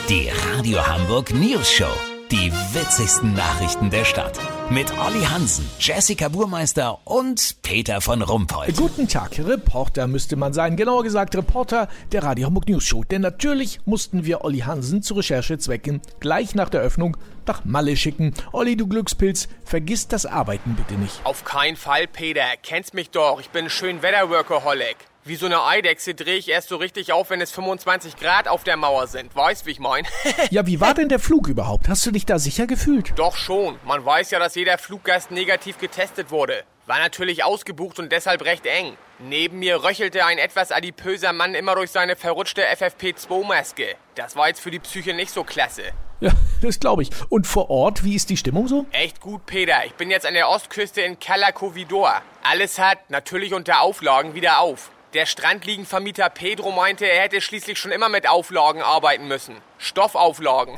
Die Radio Hamburg News Show. Die witzigsten Nachrichten der Stadt. Mit Olli Hansen, Jessica Burmeister und Peter von Rumpold. Guten Tag, Reporter müsste man sein. Genauer gesagt Reporter der Radio Hamburg News Show. Denn natürlich mussten wir Olli Hansen zu Recherchezwecken gleich nach der Öffnung nach Malle schicken. Olli, du Glückspilz, vergiss das Arbeiten bitte nicht. Auf keinen Fall, Peter. Kennst mich doch. Ich bin ein schön Wetterworkaholic. Wie so eine Eidechse drehe ich erst so richtig auf, wenn es 25 Grad auf der Mauer sind. Weißt, wie ich mein? Ja, wie war denn der Flug überhaupt? Hast du dich da sicher gefühlt? Doch schon. Man weiß ja, dass jeder Fluggast negativ getestet wurde. War natürlich ausgebucht und deshalb recht eng. Neben mir röchelte ein etwas adipöser Mann immer durch seine verrutschte FFP2-Maske. Das war jetzt für die Psyche nicht so klasse. Ja, das glaube ich. Und vor Ort, wie ist die Stimmung so? Echt gut, Peter. Ich bin jetzt an der Ostküste in Cala Covidor. Alles hat, natürlich unter Auflagen, wieder auf. Der Strandliegenvermieter Pedro meinte, er hätte schließlich schon immer mit Auflagen arbeiten müssen. Stoffauflagen.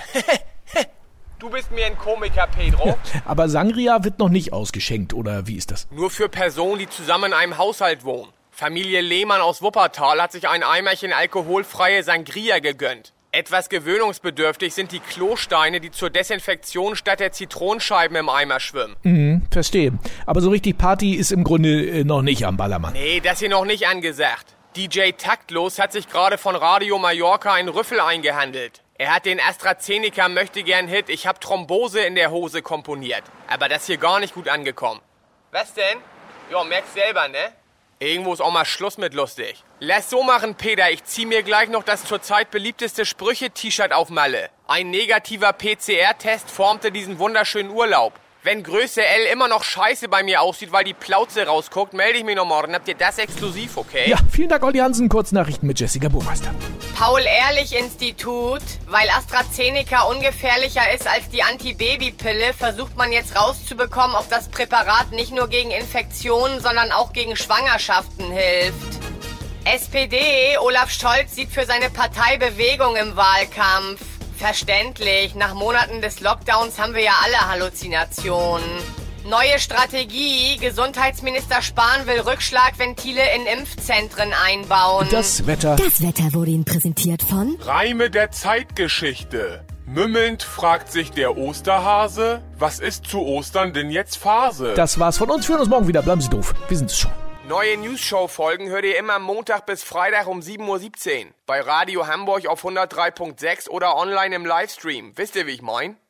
Du bist mir ein Komiker, Pedro. Aber Sangria wird noch nicht ausgeschenkt, oder wie ist das? Nur für Personen, die zusammen in einem Haushalt wohnen. Familie Lehmann aus Wuppertal hat sich ein Eimerchen alkoholfreie Sangria gegönnt. Etwas gewöhnungsbedürftig sind die Klosteine, die zur Desinfektion statt der Zitronenscheiben im Eimer schwimmen. Verstehe. Aber so richtig Party ist im Grunde noch nicht am Ballermann. Nee, das hier noch nicht angesagt. DJ Taktlos hat sich gerade von Radio Mallorca einen Rüffel eingehandelt. Er hat den AstraZeneca Möchtegern-Hit Ich hab Thrombose in der Hose komponiert. Aber das hier gar nicht gut angekommen. Was denn? Ja, merkst selber, ne? Irgendwo ist auch mal Schluss mit lustig. Lass so machen, Peter. Ich zieh mir gleich noch das zurzeit beliebteste Sprüche-T-Shirt auf Malle. Ein negativer PCR-Test formte diesen wunderschönen Urlaub. Wenn Größe L immer noch scheiße bei mir aussieht, weil die Plauze rausguckt, melde ich mich noch morgen. Habt ihr das exklusiv, okay? Ja, vielen Dank, Olli Hansen. Kurznachrichten mit Jessica Burmeister. Paul-Ehrlich-Institut. Weil AstraZeneca ungefährlicher ist als die Antibabypille, versucht man jetzt rauszubekommen, ob das Präparat nicht nur gegen Infektionen, sondern auch gegen Schwangerschaften hilft. SPD, Olaf Scholz sieht für seine Partei Bewegung im Wahlkampf. Verständlich, nach Monaten des Lockdowns haben wir ja alle Halluzinationen. Neue Strategie, Gesundheitsminister Spahn will Rückschlagventile in Impfzentren einbauen. Das Wetter wurde Ihnen präsentiert von Reime der Zeitgeschichte. Mümmelnd fragt sich der Osterhase, was ist zu Ostern denn jetzt Phase? Das war's von uns. Wir hören uns morgen wieder. Bleiben Sie doof. Wir sind es schon. Neue News-Show-Folgen hört ihr immer Montag bis Freitag um 7:17 Uhr. Bei Radio Hamburg auf 103.6 oder online im Livestream. Wisst ihr, wie ich mein?